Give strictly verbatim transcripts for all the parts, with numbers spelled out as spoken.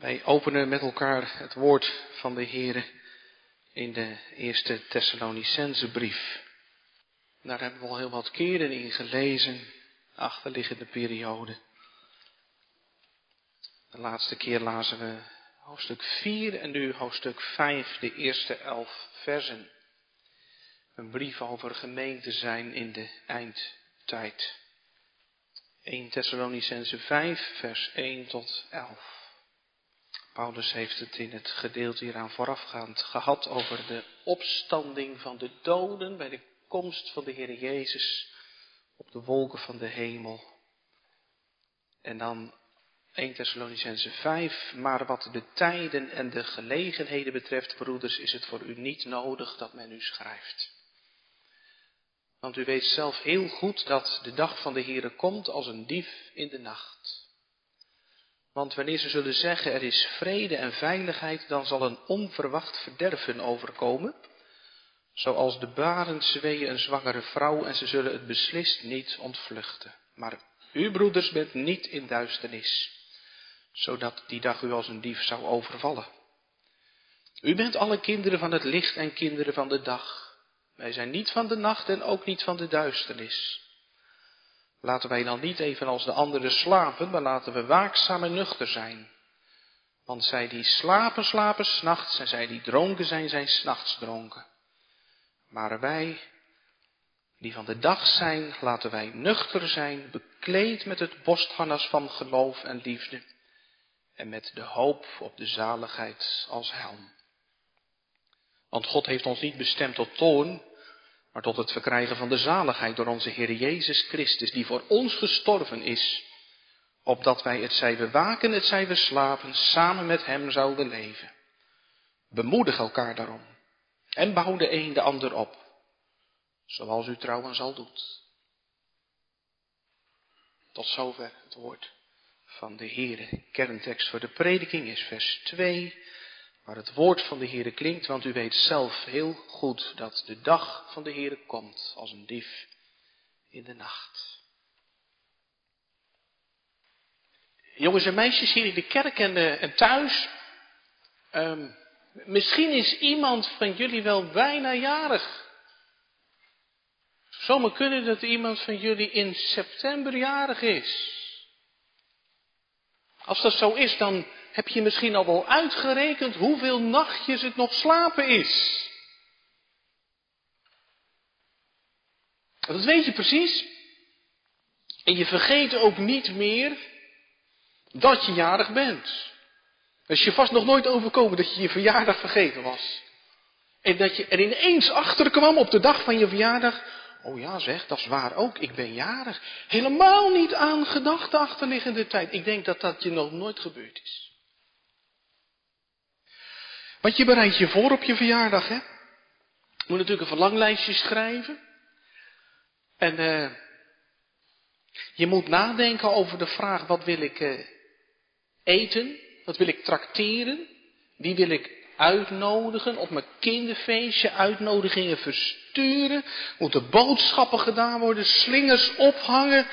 Wij openen met elkaar het woord van de Heere in de eerste Thessalonicense brief. Daar hebben we al heel wat keren in gelezen, achterliggende periode. De laatste keer lazen we hoofdstuk vier en nu hoofdstuk vijf, de eerste elf versen. Een brief over gemeente zijn in de eindtijd. eerste Thessalonicense vijf, vers één tot elf. Paulus heeft het in het gedeelte hieraan voorafgaand gehad over de opstanding van de doden bij de komst van de Heer Jezus op de wolken van de hemel. En dan eerste Thessalonicense vijf, maar wat de tijden en de gelegenheden betreft, broeders, is het voor u niet nodig dat men u schrijft. Want u weet zelf heel goed dat de dag van de Heere komt als een dief in de nacht. Want wanneer ze zullen zeggen er is vrede en veiligheid, dan zal een onverwacht verderven overkomen. Zoals de baren zweeën een zwangere vrouw en ze zullen het beslist niet ontvluchten. Maar u broeders bent niet in duisternis, zodat die dag u als een dief zou overvallen. U bent alle kinderen van het licht en kinderen van de dag. Wij zijn niet van de nacht en ook niet van de duisternis. Laten wij dan niet evenals de anderen slapen, maar laten we waakzaam en nuchter zijn. Want zij die slapen, slapen 's nachts, en zij die dronken zijn, zijn 's nachts dronken. Maar wij, die van de dag zijn, laten wij nuchter zijn, bekleed met het borstharnas van geloof en liefde, en met de hoop op de zaligheid als helm. Want God heeft ons niet bestemd tot toorn, maar tot het verkrijgen van de zaligheid door onze Heer Jezus Christus, die voor ons gestorven is, opdat wij, het zij we waken, het zij we slapen, samen met hem zouden leven. Bemoedig elkaar daarom, en bouw de een de ander op, zoals u trouwens al doet. Tot zover het woord van de Heere. Kerntekst voor de prediking is vers twee. Waar het woord van de Heere klinkt, want u weet zelf heel goed dat de dag van de Heere komt als een dief in de nacht. Jongens en meisjes hier in de kerk en, uh, en thuis, um, misschien is iemand van jullie wel bijna jarig. Zomaar kunnen dat iemand van jullie in september jarig is. Als dat zo is, dan heb je misschien al wel uitgerekend hoeveel nachtjes het nog slapen is. Dat weet je precies. En je vergeet ook niet meer dat je jarig bent. Dat is je vast nog nooit overkomen dat je je verjaardag vergeten was. En dat je er ineens achter kwam op de dag van je verjaardag. Oh ja zeg, dat is waar ook, ik ben jarig. Helemaal niet aan gedacht de achterliggende tijd. Ik denk dat dat je nog nooit gebeurd is. Want je bereidt je voor op je verjaardag, hè. Je moet natuurlijk een verlanglijstje schrijven. En uh, je moet nadenken over de vraag, wat wil ik uh, eten? Wat wil ik trakteren? Wie wil ik uitnodigen? Op mijn kinderfeestje uitnodigingen versturen? Moeten boodschappen gedaan worden? Slingers ophangen?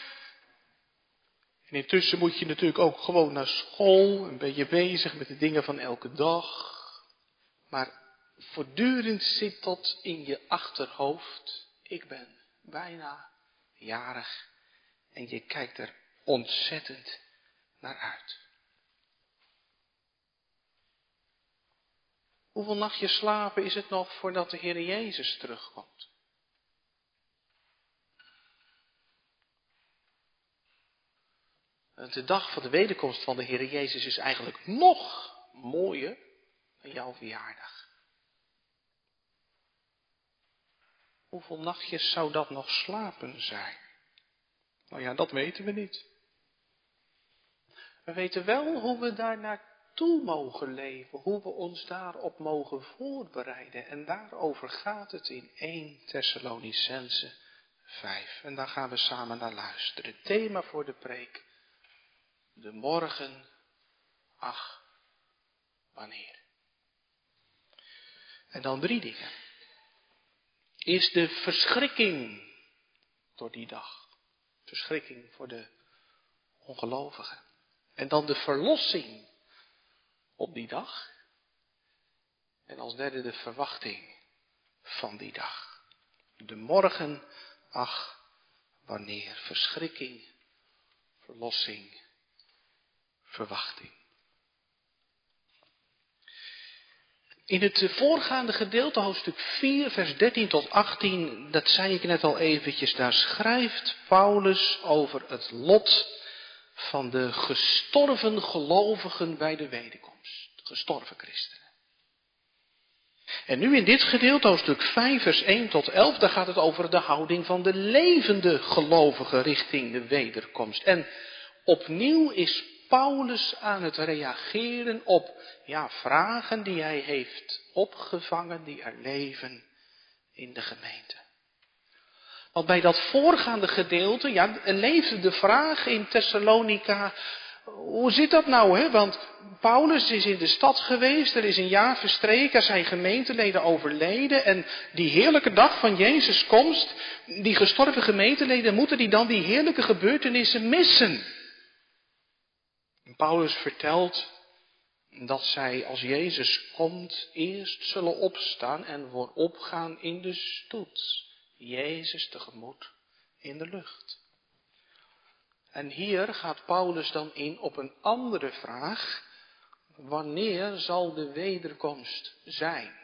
En intussen moet je natuurlijk ook gewoon naar school. En ben je bezig met de dingen van elke dag. Maar voortdurend zit dat in je achterhoofd. Ik ben bijna jarig. En je kijkt er ontzettend naar uit. Hoeveel nachtjes slapen is het nog voordat de Heer Jezus terugkomt? De dag van de wederkomst van de Heer Jezus is eigenlijk nog mooier dan jouw verjaardag. Hoeveel nachtjes zou dat nog slapen zijn? Nou ja, dat weten we niet. We weten wel hoe we daar naartoe mogen leven, hoe we ons daarop mogen voorbereiden. En daarover gaat het in eerste Thessalonicense vijf. En daar gaan we samen naar luisteren. Het thema voor de preek: de morgen, ach, wanneer. En dan drie dingen. Eerst de verschrikking door die dag. Verschrikking voor de ongelovigen. En dan de verlossing op die dag. En als derde de verwachting van die dag. De morgen, ach, wanneer verschrikking, verlossing, verwachting. In het voorgaande gedeelte, hoofdstuk vier, vers dertien tot achttien, dat zei ik net al eventjes, daar schrijft Paulus over het lot van de gestorven gelovigen bij de wederkomst. Gestorven christenen. En nu in dit gedeelte, hoofdstuk vijf, vers één tot elf, daar gaat het over de houding van de levende gelovigen richting de wederkomst. En opnieuw is Paulus aan het reageren op ja, vragen die hij heeft opgevangen, die er leven in de gemeente. Want bij dat voorgaande gedeelte, ja, leefde de vraag in Thessalonica, hoe zit dat nou, hè? Want Paulus is in de stad geweest, er is een jaar verstreken, er zijn gemeenteleden overleden en die heerlijke dag van Jezus' komst, die gestorven gemeenteleden, moeten die dan die heerlijke gebeurtenissen missen? En Paulus vertelt dat zij als Jezus komt eerst zullen opstaan en voorop gaan in de stoet. Jezus tegemoet in de lucht. En hier gaat Paulus dan in op een andere vraag. Wanneer zal de wederkomst zijn?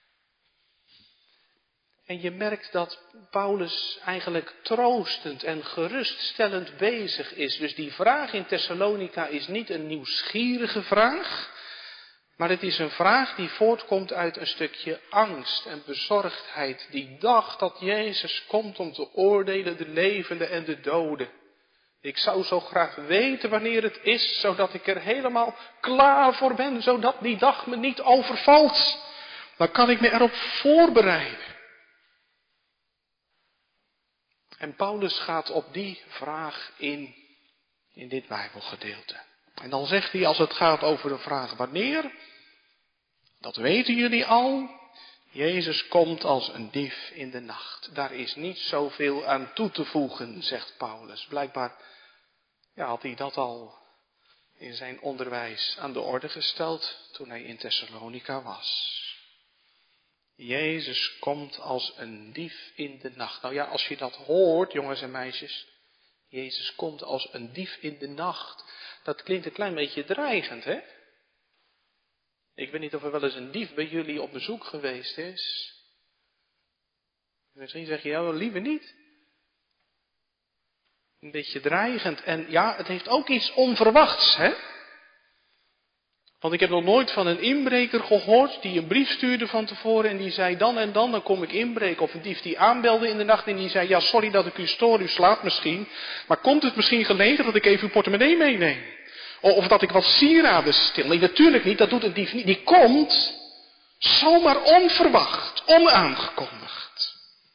En je merkt dat Paulus eigenlijk troostend en geruststellend bezig is. Dus die vraag in Thessalonica is niet een nieuwsgierige vraag. Maar het is een vraag die voortkomt uit een stukje angst en bezorgdheid. Die dag dat Jezus komt om te oordelen de levenden en de doden. Ik zou zo graag weten wanneer het is, zodat ik er helemaal klaar voor ben, zodat die dag me niet overvalt. Dan kan ik me erop voorbereiden. En Paulus gaat op die vraag in, in dit Bijbelgedeelte. En dan zegt hij, als het gaat over de vraag wanneer, dat weten jullie al, Jezus komt als een dief in de nacht. Daar is niet zoveel aan toe te voegen, zegt Paulus. Blijkbaar ja, had hij dat al in zijn onderwijs aan de orde gesteld toen hij in Thessalonica was. Jezus komt als een dief in de nacht. Nou ja, als je dat hoort, jongens en meisjes, Jezus komt als een dief in de nacht. Dat klinkt een klein beetje dreigend, hè? Ik weet niet of er wel eens een dief bij jullie op bezoek geweest is. Misschien zeg je, ja, liever niet. Een beetje dreigend. En ja, het heeft ook iets onverwachts, hè? Want ik heb nog nooit van een inbreker gehoord die een brief stuurde van tevoren en die zei dan en dan, dan kom ik inbreken. Of een dief die aanbelde in de nacht en die zei, ja sorry dat ik u stoor, u slaapt misschien. Maar komt het misschien gelegen dat ik even uw portemonnee meeneem? Of dat ik wat sieraden stil? Nee, natuurlijk niet, dat doet een dief niet. Die komt zomaar onverwacht, onaangekondigd.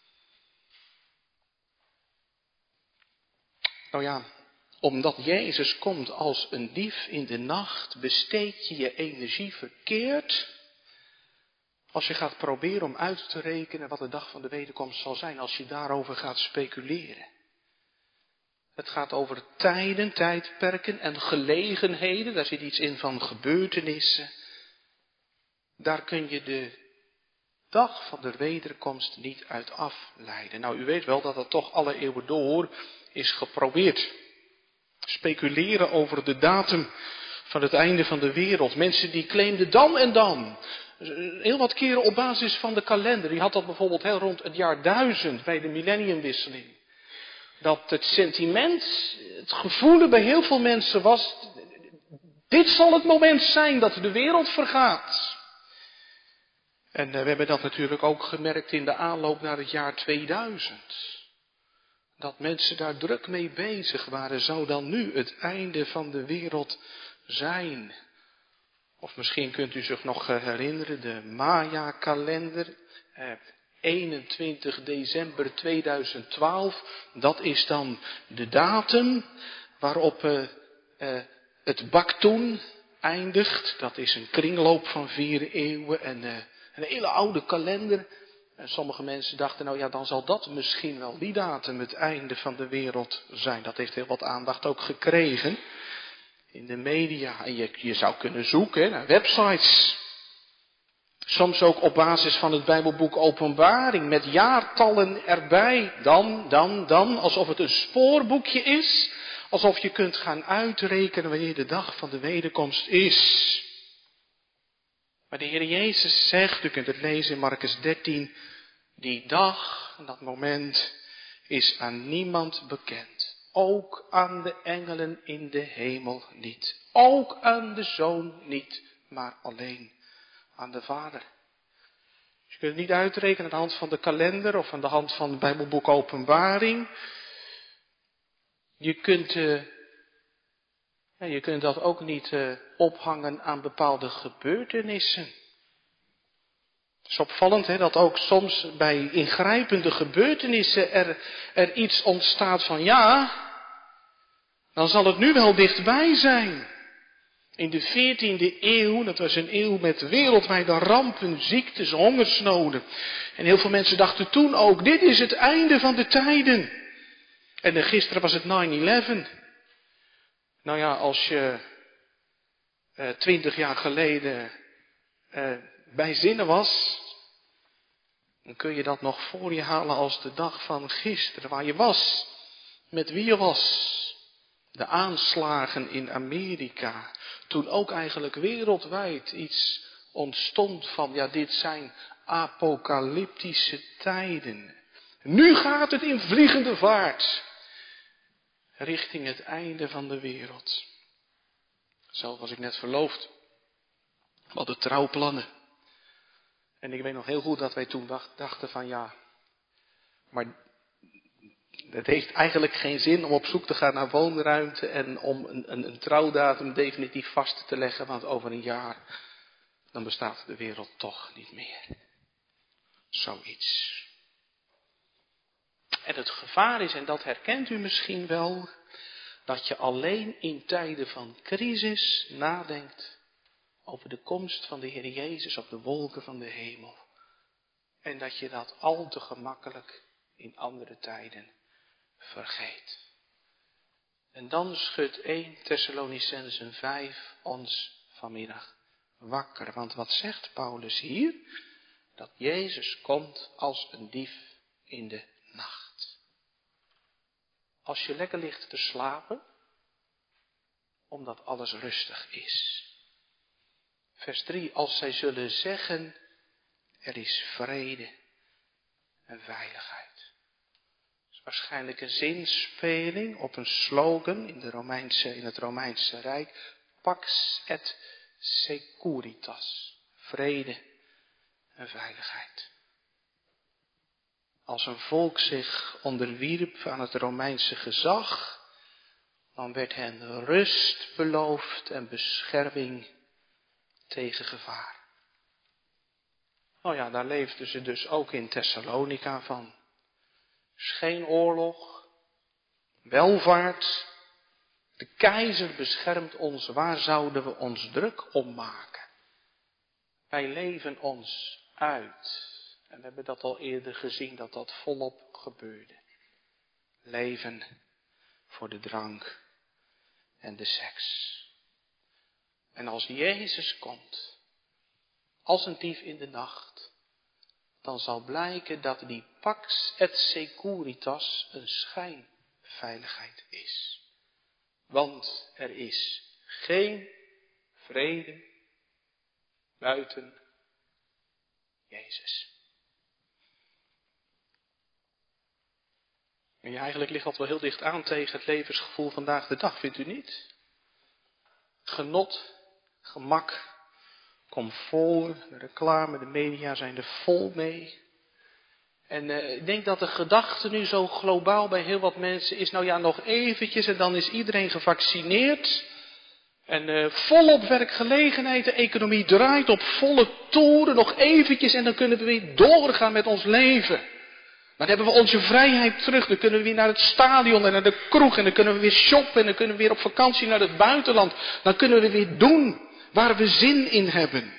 Nou ja, omdat Jezus komt als een dief in de nacht, besteed je je energie verkeerd als je gaat proberen om uit te rekenen wat de dag van de wederkomst zal zijn, als je daarover gaat speculeren. Het gaat over tijden, tijdperken en gelegenheden, daar zit iets in van gebeurtenissen. Daar kun je de dag van de wederkomst niet uit afleiden. Nou, u weet wel dat dat toch alle eeuwen door is geprobeerd. Speculeren over de datum van het einde van de wereld. Mensen die claimden dan en dan. Heel wat keren op basis van de kalender. Die had dat bijvoorbeeld heel rond het jaar duizend bij de millenniumwisseling. Dat het sentiment, het gevoel bij heel veel mensen was, dit zal het moment zijn dat de wereld vergaat. En we hebben dat natuurlijk ook gemerkt in de aanloop naar het jaar tweeduizend. Dat mensen daar druk mee bezig waren, zou dan nu het einde van de wereld zijn? Of misschien kunt u zich nog herinneren, de Maya-kalender, eh, eenentwintig december tweeduizend twaalf, dat is dan de datum waarop eh, eh, het Baktoen eindigt. Dat is een kringloop van vier eeuwen en eh, een hele oude kalender. En sommige mensen dachten, nou ja, dan zal dat misschien wel die datum het einde van de wereld zijn. Dat heeft heel wat aandacht ook gekregen. in de media. En je, je zou kunnen zoeken naar websites. Soms ook op basis van het Bijbelboek Openbaring, met jaartallen erbij. Dan, dan, dan, alsof het een spoorboekje is. Alsof je kunt gaan uitrekenen wanneer de dag van de wederkomst is. Maar de Heer Jezus zegt, u kunt het lezen in Marcus dertien, die dag, dat moment, is aan niemand bekend. Ook aan de engelen in de hemel niet. Ook aan de Zoon niet, maar alleen aan de Vader. Dus je kunt het niet uitrekenen aan de hand van de kalender of aan de hand van het Bijbelboek Openbaring. Je kunt, uh, ja, je kunt dat ook niet uh, ophangen aan bepaalde gebeurtenissen. Het is opvallend hè, dat ook soms bij ingrijpende gebeurtenissen er, er iets ontstaat van ja, dan zal het nu wel dichtbij zijn. In de veertiende eeuw, dat was een eeuw met wereldwijde rampen, ziektes, hongersnoden. En heel veel mensen dachten toen ook, dit is het einde van de tijden. En uh, gisteren was het nine eleven. Nou ja, als je uh, twintig jaar geleden uh, bij zinnen was, dan kun je dat nog voor je halen als de dag van gisteren, waar je was, met wie je was. De aanslagen in Amerika, toen ook eigenlijk wereldwijd iets ontstond van, ja, dit zijn apocalyptische tijden. Nu gaat het in vliegende vaart richting het einde van de wereld. Zelf was ik net verloofd. We hadden trouwplannen. En ik weet nog heel goed dat wij toen dachten van ja, maar het heeft eigenlijk geen zin om op zoek te gaan naar woonruimte en om een, een, een trouwdatum definitief vast te leggen, want over een jaar, dan bestaat de wereld toch niet meer. Zoiets. En het gevaar is, en dat herkent u misschien wel, dat je alleen in tijden van crisis nadenkt over de komst van de Heer Jezus op de wolken van de hemel. En dat je dat al te gemakkelijk in andere tijden vergeet. En dan schudt eerste Thessalonicenzen vijf ons vanmiddag wakker. Want wat zegt Paulus hier? Dat Jezus komt als een dief in de nacht. Als je lekker ligt te slapen, omdat alles rustig is. Vers drie, als zij zullen zeggen, er is vrede en veiligheid. Dat is waarschijnlijk een zinspeling op een slogan in, de Romeinse, in het Romeinse Rijk. Pax et securitas. Vrede en veiligheid. Als een volk zich onderwierp aan het Romeinse gezag, dan werd hen rust beloofd en bescherming tegen gevaar. Nou ja, daar leefden ze dus ook in Thessalonica van. Dus geen oorlog, welvaart. De keizer beschermt ons, waar zouden we ons druk om maken? Wij leven ons uit. En we hebben dat al eerder gezien, dat dat volop gebeurde. Leven voor de drank en de seks. En als Jezus komt, als een dief in de nacht, dan zal blijken dat die pax et securitas een schijnveiligheid is. Want er is geen vrede buiten Jezus. En ja, eigenlijk ligt dat wel heel dicht aan tegen het levensgevoel vandaag de dag, vindt u niet? Genot, gemak, comfort, de reclame, de media zijn er vol mee. En uh, ik denk dat de gedachte nu zo globaal bij heel wat mensen is, nou ja, nog eventjes en dan is iedereen gevaccineerd. En uh, volop werkgelegenheid, de economie draait op volle toeren, nog eventjes en dan kunnen we weer doorgaan met ons leven. Dan hebben we onze vrijheid terug, dan kunnen we weer naar het stadion en naar de kroeg en dan kunnen we weer shoppen en dan kunnen we weer op vakantie naar het buitenland. Dan kunnen we weer doen waar we zin in hebben.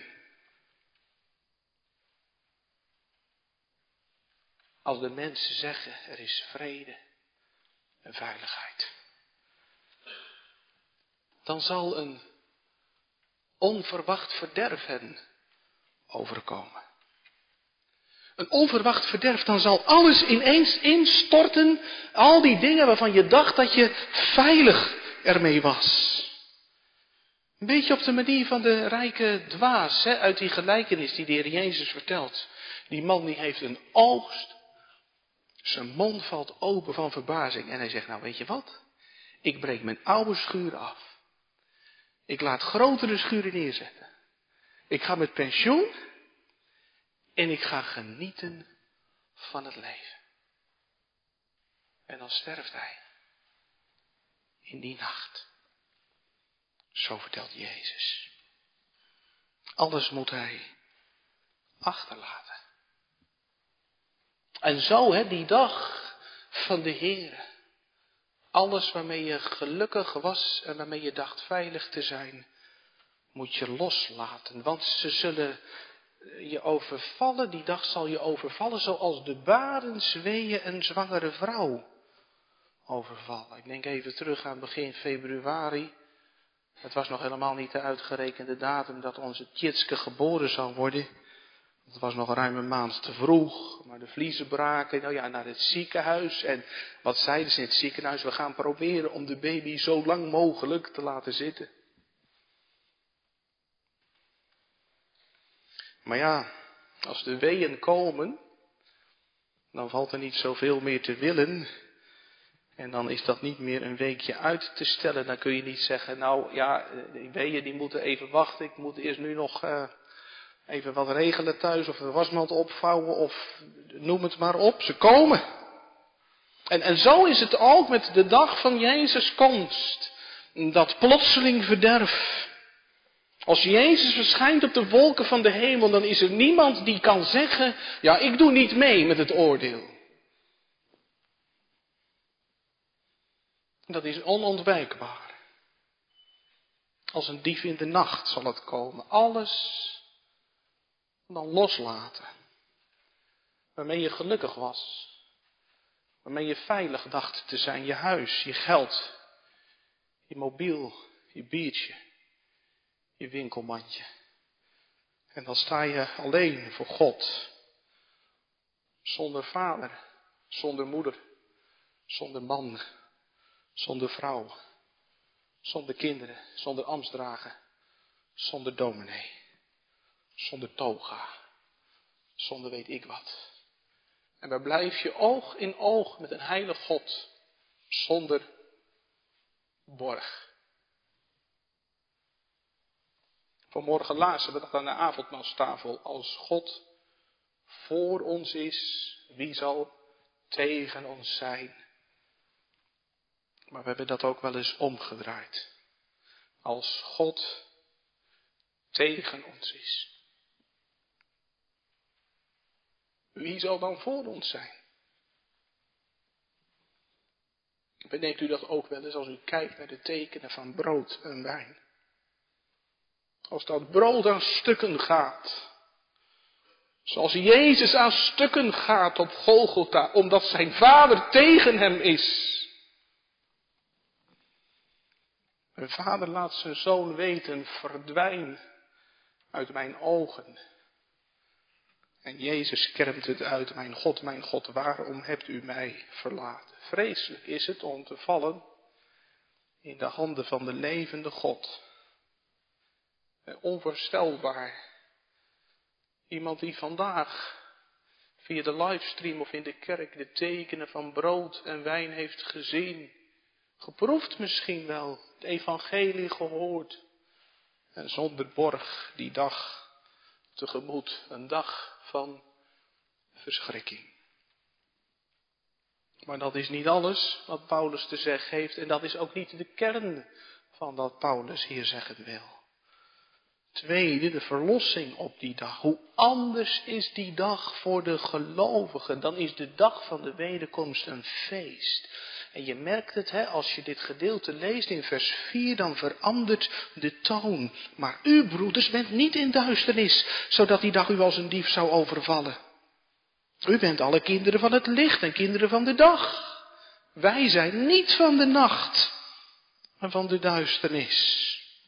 Als de mensen zeggen, er is vrede en veiligheid. dan zal een onverwacht verderf hen overkomen. Een onverwacht verderf, dan zal alles ineens instorten. Al die dingen waarvan je dacht dat je veilig ermee was. Een beetje op de manier van de rijke dwaas, hè, uit die gelijkenis die de Heer Jezus vertelt. Die man die heeft een oogst. Zijn mond valt open van verbazing. En hij zegt, nou weet je wat? Ik breek mijn oude schuur af. Ik laat grotere schuren neerzetten. Ik ga met pensioen. En ik ga genieten van het leven. En dan sterft hij. In die nacht. Zo vertelt Jezus. Alles moet hij achterlaten. En zo, hè, die dag van de Heer. Alles waarmee je gelukkig was en waarmee je dacht veilig te zijn, moet je loslaten. Want ze zullen je overvallen, die dag zal je overvallen zoals de barensweeën een zwangere vrouw overvallen. Ik denk even terug aan begin februari. Het was nog helemaal niet de uitgerekende datum dat onze Tjitske geboren zou worden. Het was nog ruim een maand te vroeg, maar de vliezen braken, nou ja, naar het ziekenhuis. En wat zeiden ze in het ziekenhuis? We gaan proberen om de baby zo lang mogelijk te laten zitten. Maar ja, als de weeën komen, dan valt er niet zoveel meer te willen. En dan is dat niet meer een weekje uit te stellen. Dan kun je niet zeggen, nou ja, die weeën die moeten even wachten. Ik moet eerst nu nog uh, even wat regelen thuis. Of de wasmand opvouwen. Of noem het maar op. Ze komen. En, en zo is het ook met de dag van Jezus' komst. Dat plotseling verderf. Als Jezus verschijnt op de wolken van de hemel, dan is er niemand die kan zeggen, ja, ik doe niet mee met het oordeel. Dat is onontwijkbaar. Als een dief in de nacht zal het komen. Alles dan loslaten. Waarmee je gelukkig was. Waarmee je veilig dacht te zijn. Je huis, je geld, je mobiel, je biertje, je winkelmandje. En dan sta je alleen voor God. Zonder vader, zonder moeder, zonder man. Zonder vrouw, zonder kinderen, zonder ambtsdragen, zonder dominee, zonder toga, zonder weet ik wat. En waar blijf je oog in oog met een heilig God, zonder borg. Vanmorgen lazen we dat aan de avondmaalstafel, als God voor ons is, wie zal tegen ons zijn? Maar we hebben dat ook wel eens omgedraaid. Als God tegen ons is. Wie zal dan voor ons zijn? Bedenkt u dat ook wel eens als u kijkt naar de tekenen van brood en wijn? Als dat brood aan stukken gaat. Zoals Jezus aan stukken gaat op Golgotha, omdat zijn vader tegen hem is. Mijn vader laat zijn zoon weten, verdwijn uit mijn ogen. En Jezus kermt het uit, mijn God, mijn God, waarom hebt u mij verlaten? Vreselijk is het om te vallen in de handen van de levende God. Onvoorstelbaar. Iemand die vandaag via de livestream of in de kerk de tekenen van brood en wijn heeft gezien. Geproefd misschien wel, het evangelie gehoord. En zonder borg die dag tegemoet, een dag van verschrikking. Maar dat is niet alles wat Paulus te zeggen heeft. En dat is ook niet de kern van wat Paulus hier zeggen wil. Tweede, de verlossing op die dag. Hoe anders is die dag voor de gelovigen? Dan is de dag van de wederkomst een feest. En je merkt het, hè, als je dit gedeelte leest in vers vier, dan verandert de toon. Maar u, broeders, bent niet in duisternis, zodat die dag u als een dief zou overvallen. U bent alle kinderen van het licht en kinderen van de dag. Wij zijn niet van de nacht. en van de duisternis.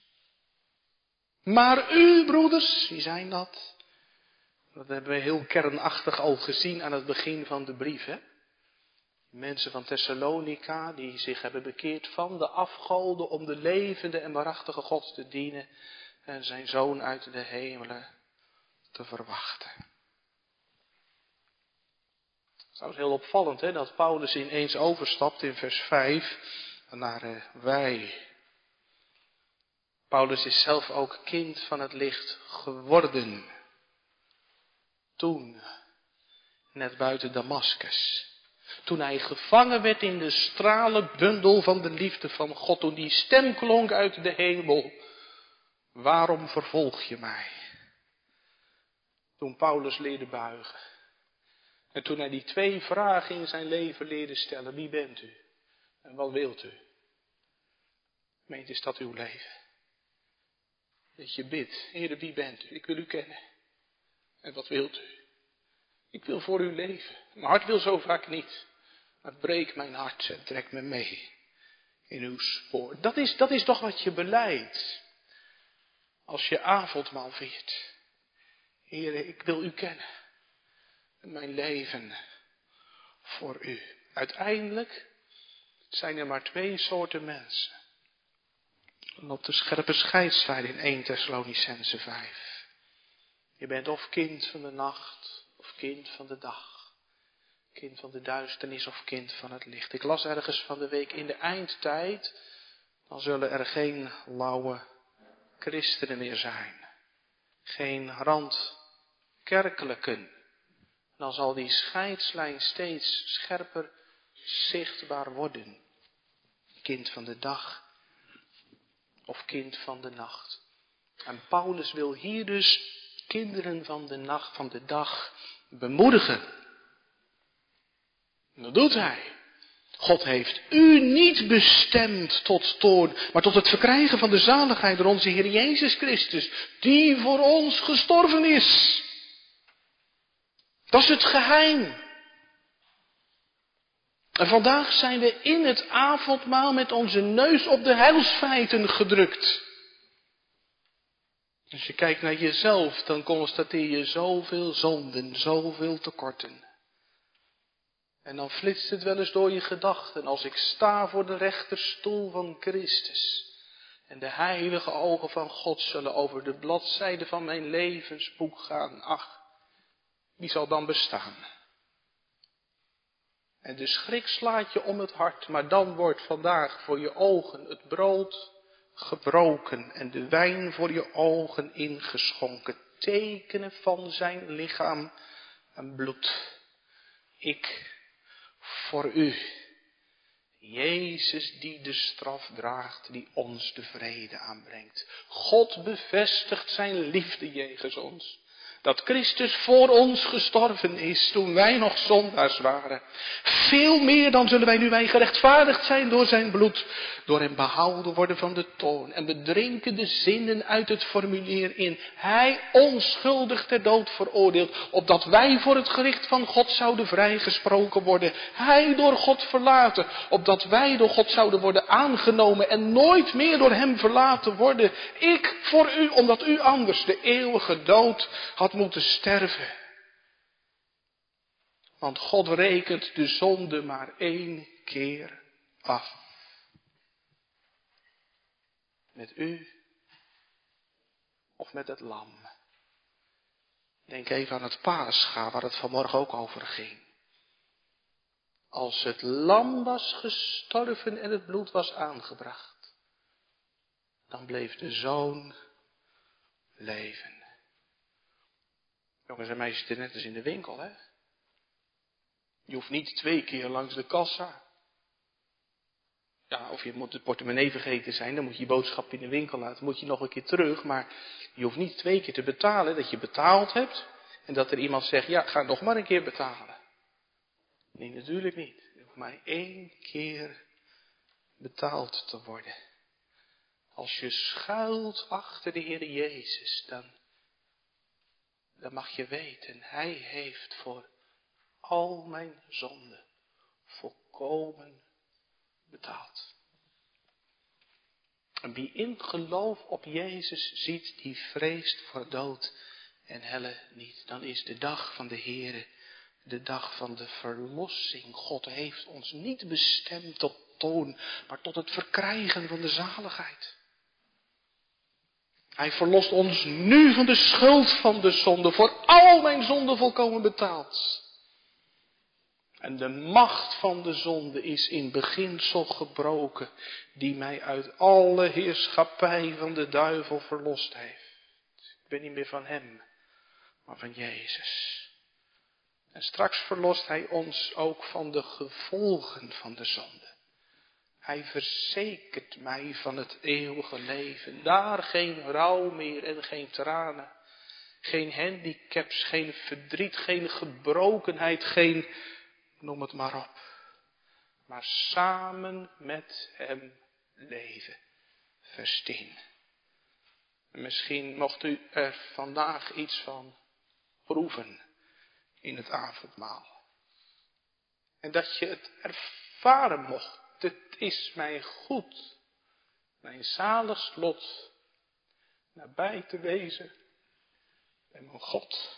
Maar u, broeders, wie zijn dat? Dat hebben we heel kernachtig al gezien aan het begin van de brief, hè? Mensen van Thessalonica die zich hebben bekeerd van de afgoden om de levende en waarachtige God te dienen en zijn Zoon uit de hemelen te verwachten. Het is trouwens heel opvallend, hè, dat Paulus ineens overstapt in vers vijf naar uh, wij. Paulus is zelf ook kind van het licht geworden. Toen, net buiten Damaskus. Toen hij gevangen werd in de stralenbundel van de liefde van God. Toen die stem klonk uit de hemel. Waarom vervolg je mij? Toen Paulus leerde buigen. En toen hij die twee vragen in zijn leven leerde stellen. Wie bent u? En wat wilt u? Meent is dat uw leven? Dat je bidt. Heere, wie bent u? Ik wil u kennen. En wat wilt u? Ik wil voor u leven. Mijn hart wil zo vaak niet. Maar breek mijn hart en trek me mee in uw spoor. Dat is, dat is toch wat je beleidt. Als je avondmaal viert. Heere, ik wil u kennen. En mijn leven voor u. Uiteindelijk zijn er maar twee soorten mensen. En op de scherpe scheidslijn in eerste Thessalonicenzen vijf. Je bent of kind van de nacht of kind van de dag. Kind van de duisternis of kind van het licht. Ik las ergens van de week in de eindtijd. Dan zullen er geen lauwe christenen meer zijn. Geen randkerkelijken. Dan zal die scheidslijn steeds scherper zichtbaar worden. Kind van de dag of kind van de nacht. En Paulus wil hier dus kinderen van de nacht, van de dag bemoedigen. En dat doet hij. God heeft u niet bestemd tot toorn, maar tot het verkrijgen van de zaligheid door onze Heer Jezus Christus, die voor ons gestorven is. Dat is het geheim. En vandaag zijn we in het avondmaal met onze neus op de heilsfeiten gedrukt. Als je kijkt naar jezelf, dan constateer je zoveel zonden, zoveel tekorten. En dan flitst het wel eens door je gedachten als ik sta voor de rechterstoel van Christus. En de heilige ogen van God zullen over de bladzijde van mijn levensboek gaan. Ach, wie zal dan bestaan? En de schrik slaat je om het hart, maar dan wordt vandaag voor je ogen het brood gebroken en de wijn voor je ogen ingeschonken. Tekenen van zijn lichaam en bloed. Ik voor u. Jezus die de straf draagt, die ons de vrede aanbrengt. God bevestigt zijn liefde jegens ons. Dat Christus voor ons gestorven is toen wij nog zondaars waren. Veel meer dan zullen wij nu wij gerechtvaardigd zijn door zijn bloed. Door hem behouden worden van de toorn. En we drinken de zinnen uit het formulier in. Hij onschuldig ter dood veroordeeld. Opdat wij voor het gericht van God zouden vrijgesproken worden. Hij door God verlaten. Opdat wij door God zouden worden aangenomen. En nooit meer door hem verlaten worden. Ik voor u, omdat u anders de eeuwige dood had moeten sterven. Want God rekent de zonde maar één keer af. Met u of met het lam. Denk even aan het Pascha waar het vanmorgen ook over ging. Als het lam was gestorven en het bloed was aangebracht, dan bleef de zoon leven. Jongens en meisjes, het is net als in de winkel, hè. Je hoeft niet twee keer langs de kassa. Ja, of je moet de portemonnee vergeten zijn, dan moet je je boodschap in de winkel laten. Dan moet je nog een keer terug, maar je hoeft niet twee keer te betalen. Dat je betaald hebt en dat er iemand zegt, ja, ga nog maar een keer betalen. Nee, natuurlijk niet. Er hoeft maar één keer betaald te worden. Als je schuilt achter de Heer Jezus, dan, dan mag je weten, Hij heeft voor al mijn zonden volkomen betaald. En wie in geloof op Jezus ziet, die vreest voor dood en helle niet. Dan is de dag van de Heere de dag van de verlossing. God heeft ons niet bestemd tot toon, maar tot het verkrijgen van de zaligheid. Hij verlost ons nu van de schuld van de zonde, voor al mijn zonden volkomen betaald. En de macht van de zonde is in beginsel gebroken, die mij uit alle heerschappij van de duivel verlost heeft. Ik ben niet meer van hem, maar van Jezus. En straks verlost hij ons ook van de gevolgen van de zonde. Hij verzekert mij van het eeuwige leven. Daar geen rouw meer en geen tranen. Geen handicaps, geen verdriet, geen gebrokenheid, geen, noem het maar op. Maar samen met hem leven. Vers tien. En misschien mocht u er vandaag iets van proeven in het avondmaal. En dat je het ervaren mocht. Het is mij goed, mijn zalig lot, nabij te wezen bij mijn God.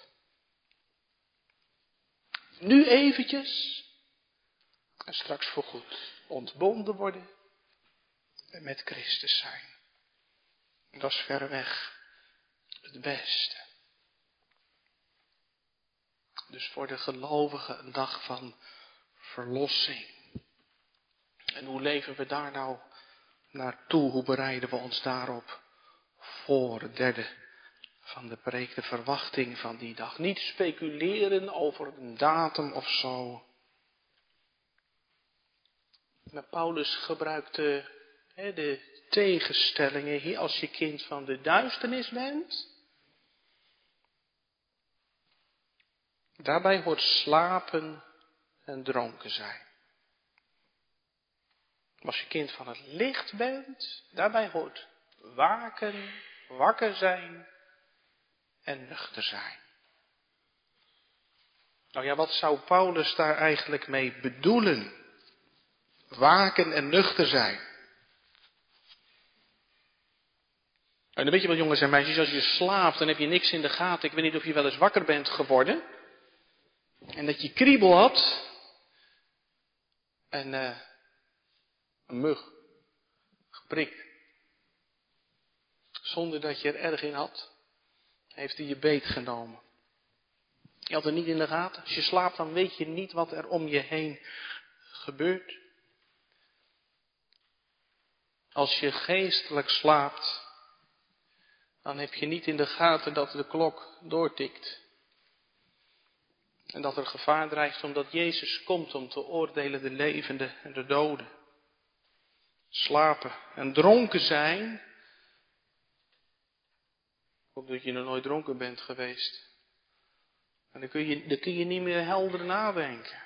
Nu eventjes en straks voorgoed ontbonden worden en met Christus zijn. Dat is verreweg het beste. Dus voor de gelovigen een dag van verlossing. En hoe leven we daar nou naartoe? Hoe bereiden we ons daarop voor? Het derde van de preek, de verwachting van die dag. Niet speculeren over een datum of zo. Maar Paulus gebruikte he, de tegenstellingen hier. Als je kind van de duisternis bent, daarbij hoort slapen en dronken zijn. Als je kind van het licht bent, daarbij hoort waken, wakker zijn en nuchter zijn. Nou ja, wat zou Paulus daar eigenlijk mee bedoelen? Waken en nuchter zijn. En dan weet je wel, jongens en meisjes, als je slaapt, dan heb je niks in de gaten. Ik weet niet of je wel eens wakker bent geworden. En dat je kriebel had. En uh, een mug. Geprikt. Zonder dat je er erg in had. Heeft hij je beet genomen. Je had het niet in de gaten. Als je slaapt, dan weet je niet wat er om je heen gebeurt. Als je geestelijk slaapt, dan heb je niet in de gaten dat de klok doortikt. En dat er gevaar dreigt omdat Jezus komt om te oordelen de levenden en de doden. Slapen en dronken zijn. Omdat je nog nooit dronken bent geweest. En dan kun je, dan kun je niet meer helder nadenken.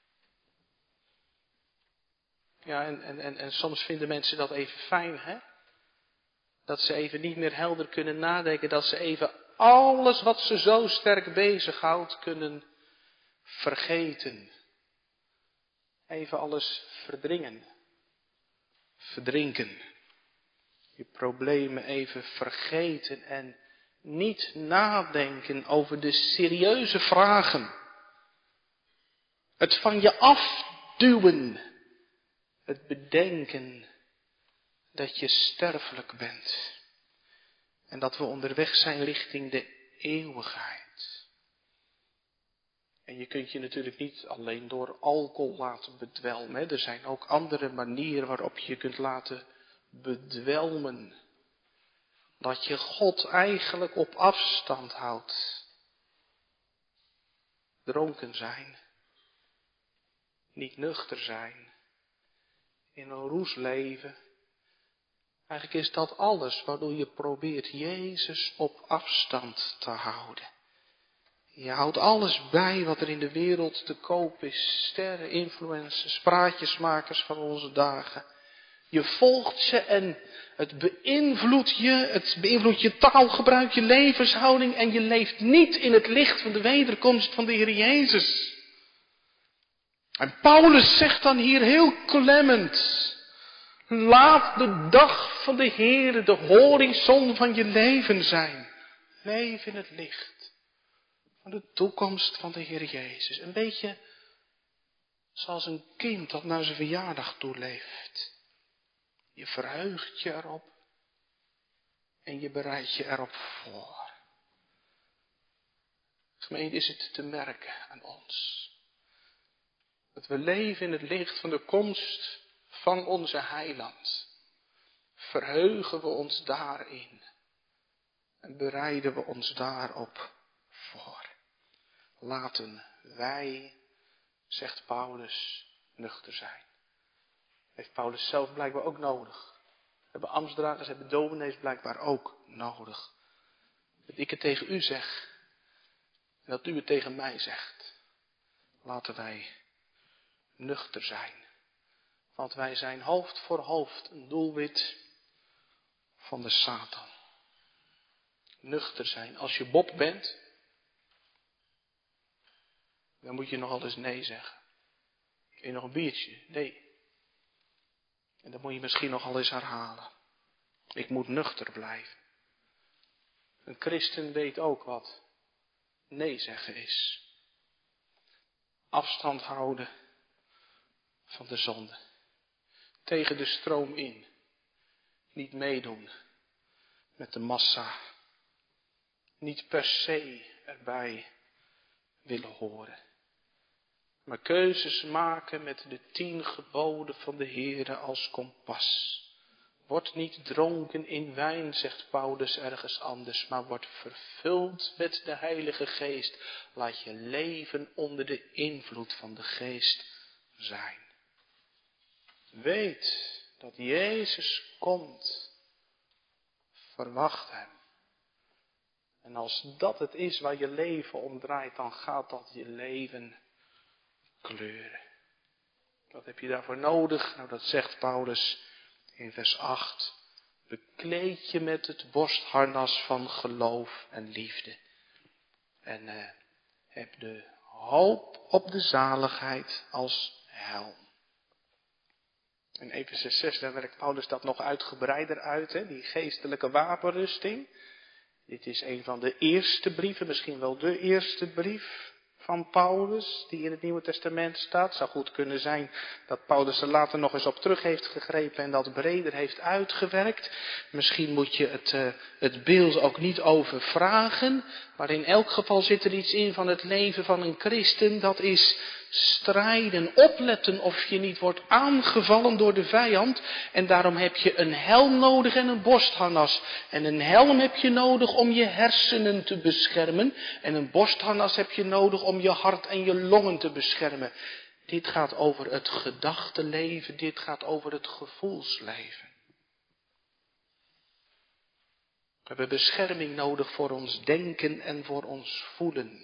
Ja, en, en, en, en soms vinden mensen dat even fijn, hè? Dat ze even niet meer helder kunnen nadenken. Dat ze even alles wat ze zo sterk bezighoudt kunnen vergeten. Even alles verdringen. Verdrinken. Je problemen even vergeten en niet nadenken over de serieuze vragen. Het van je afduwen. Het bedenken dat je sterfelijk bent. En dat we onderweg zijn richting de eeuwigheid. En je kunt je natuurlijk niet alleen door alcohol laten bedwelmen. Er zijn ook andere manieren waarop je je kunt laten bedwelmen. Dat je God eigenlijk op afstand houdt. Dronken zijn. Niet nuchter zijn. In een roes leven. Eigenlijk is dat alles waardoor je probeert Jezus op afstand te houden. Je houdt alles bij wat er in de wereld te koop is. Sterren, influencers, praatjesmakers van onze dagen. Je volgt ze en het beïnvloedt je. Het beïnvloedt je taalgebruik, je levenshouding. En je leeft niet in het licht van de wederkomst van de Heer Jezus. En Paulus zegt dan hier heel klemmend. Laat de dag van de Heere de horizon van je leven zijn. Leef in het licht van de toekomst van de Heer Jezus. Een beetje zoals een kind dat naar zijn verjaardag toe leeft. Je verheugt je erop en je bereidt je erop voor. Gemeente, is het te merken aan ons dat we leven in het licht van de komst van onze Heiland. Verheugen we ons daarin en bereiden we ons daarop voor. Laten wij, zegt Paulus, nuchter zijn. Heeft Paulus zelf blijkbaar ook nodig. Hebben ambtsdragers, hebben dominees blijkbaar ook nodig. Dat ik het tegen u zeg en dat u het tegen mij zegt. Laten wij nuchter zijn. Want wij zijn hoofd voor hoofd een doelwit van de Satan. Nuchter zijn. Als je Bob bent, dan moet je nogal eens nee zeggen. Wil je nog een biertje? Nee. En dan moet je misschien nogal eens herhalen. Ik moet nuchter blijven. Een christen weet ook wat nee zeggen is. Afstand houden van de zonde. Tegen de stroom in. Niet meedoen met de massa. Niet per se erbij willen horen. Maar keuzes maken met de tien geboden van de Heere als kompas. Word niet dronken in wijn, zegt Paulus ergens anders, maar word vervuld met de Heilige Geest. Laat je leven onder de invloed van de Geest zijn. Weet dat Jezus komt. Verwacht hem. En als dat het is waar je leven om draait, dan gaat dat je leven kleuren. Wat heb je daarvoor nodig? Nou, dat zegt Paulus in vers acht. Bekleed je met het borstharnas van geloof en liefde. En uh, heb de hoop op de zaligheid als helm. In Efeze zes, daar werkt Paulus dat nog uitgebreider uit, hè? Die geestelijke wapenrusting. Dit is een van de eerste brieven, misschien wel de eerste brief van Paulus, die in het Nieuwe Testament staat. Het zou goed kunnen zijn dat Paulus er later nog eens op terug heeft gegrepen en dat breder heeft uitgewerkt. Misschien moet je het, uh, het beeld ook niet overvragen, maar in elk geval zit er iets in van het leven van een christen. Dat is strijden, opletten of je niet wordt aangevallen door de vijand. En daarom heb je een helm nodig en een borstharnas. En een helm heb je nodig om je hersenen te beschermen. En een borstharnas heb je nodig om je hart en je longen te beschermen. Dit gaat over het gedachtenleven, dit gaat over het gevoelsleven. We hebben bescherming nodig voor ons denken en voor ons voelen.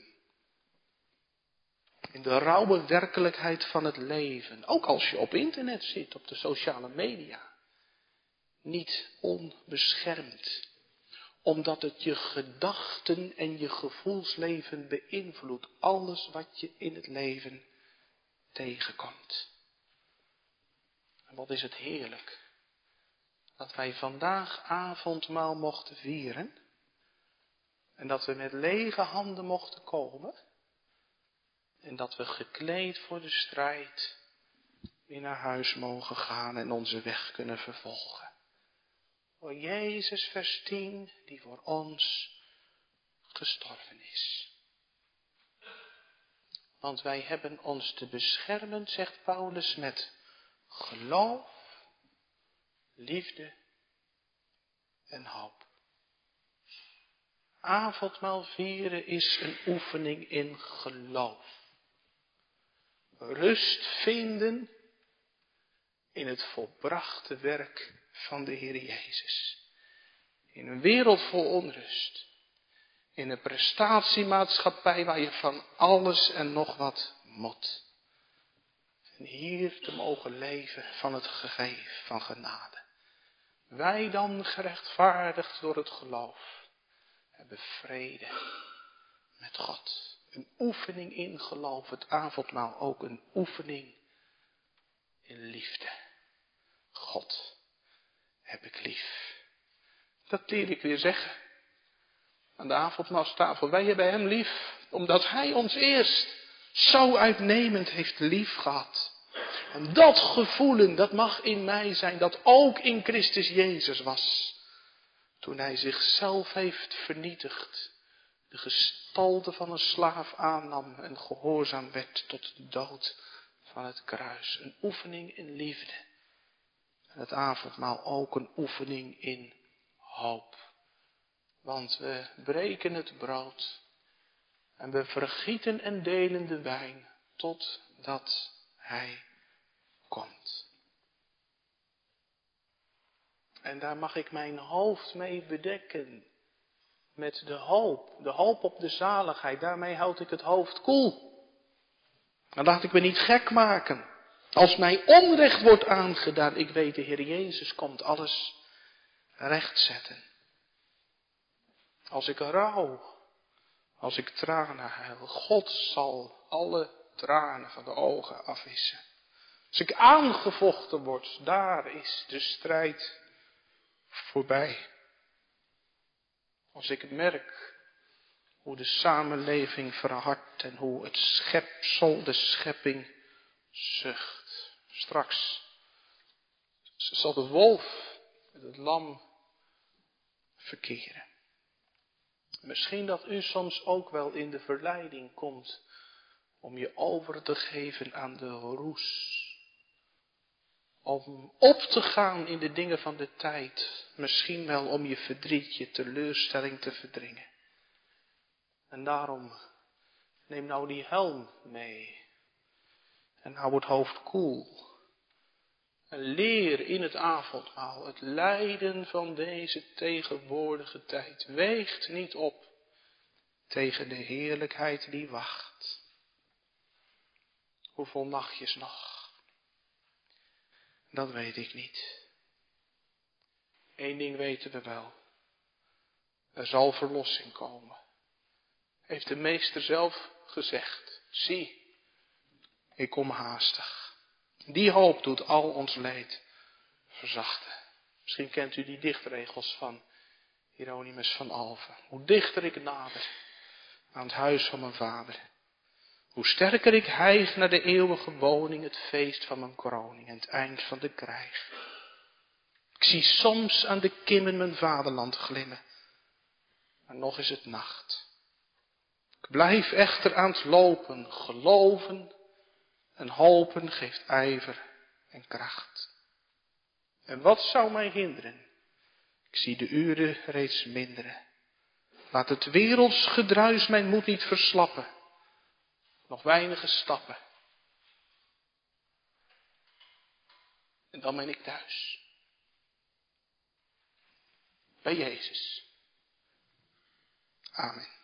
In de rauwe werkelijkheid van het leven. Ook als je op internet zit, op de sociale media. Niet onbeschermd. Omdat het je gedachten en je gevoelsleven beïnvloedt. Alles wat je in het leven tegenkomt. En wat is het heerlijk. Dat wij vandaag avondmaal mochten vieren. En dat we met lege handen mochten komen. En dat we gekleed voor de strijd weer naar huis mogen gaan en onze weg kunnen vervolgen. Voor Jezus vers tien, die voor ons gestorven is. Want wij hebben ons te beschermen, zegt Paulus, met geloof, liefde en hoop. Avondmaal vieren is een oefening in geloof. Rust vinden in het volbrachte werk van de Heer Jezus. In een wereld vol onrust. In een prestatiemaatschappij waar je van alles en nog wat moet. En hier te mogen leven van het gegeven van genade. Wij dan gerechtvaardigd door het geloof hebben vrede met God. Een oefening in geloof, het avondmaal ook een oefening in liefde. God heb ik lief. Dat leer ik weer zeggen. Aan de avondmaalstafel, wij hebben hem lief, omdat hij ons eerst zo uitnemend heeft lief gehad. En dat gevoelen, dat mag in mij zijn, dat ook in Christus Jezus was. Toen hij zichzelf heeft vernietigd, de gestalte van een slaaf aannam en gehoorzaam werd tot de dood van het kruis. Een oefening in liefde. En het avondmaal ook een oefening in hoop. Want we breken het brood en we vergieten en delen de wijn totdat hij komt. En daar mag ik mijn hoofd mee bedekken. Met de hoop, de hoop op de zaligheid. Daarmee houd ik het hoofd koel. Dan laat ik me niet gek maken. Als mij onrecht wordt aangedaan, ik weet de Heer Jezus komt alles rechtzetten. Als ik rouw, als ik tranen huil, God zal alle tranen van de ogen afwissen. Als ik aangevochten word, daar is de strijd voorbij. Als ik merk hoe de samenleving verhardt en hoe het schepsel, de schepping, zucht. Straks zal de wolf met het lam verkeren. Misschien dat u soms ook wel in de verleiding komt om je over te geven aan de roes. Om op te gaan in de dingen van de tijd. Misschien wel om je verdriet, je teleurstelling te verdringen. En daarom neem nou die helm mee. En hou het hoofd koel. En leer in het avondmaal het lijden van deze tegenwoordige tijd. Weegt niet op tegen de heerlijkheid die wacht. Hoeveel nachtjes nog? Dat weet ik niet. Eén ding weten we wel. Er zal verlossing komen. Heeft de meester zelf gezegd. Zie, ik kom haastig. Die hoop doet al ons leed verzachten. Misschien kent u die dichtregels van Hieronymus van Alphen. Hoe dichter ik nader aan het huis van mijn vader, hoe sterker ik hijg naar de eeuwige woning, het feest van mijn kroning en het eind van de krijg. Ik zie soms aan de kimmen mijn vaderland glimmen, maar nog is het nacht. Ik blijf echter aan het lopen, geloven en hopen geeft ijver en kracht. En wat zou mij hinderen? Ik zie de uren reeds minderen. Laat het werelds gedruis mijn moed niet verslappen. Nog weinige stappen. En dan ben ik thuis. Bij Jezus. Amen.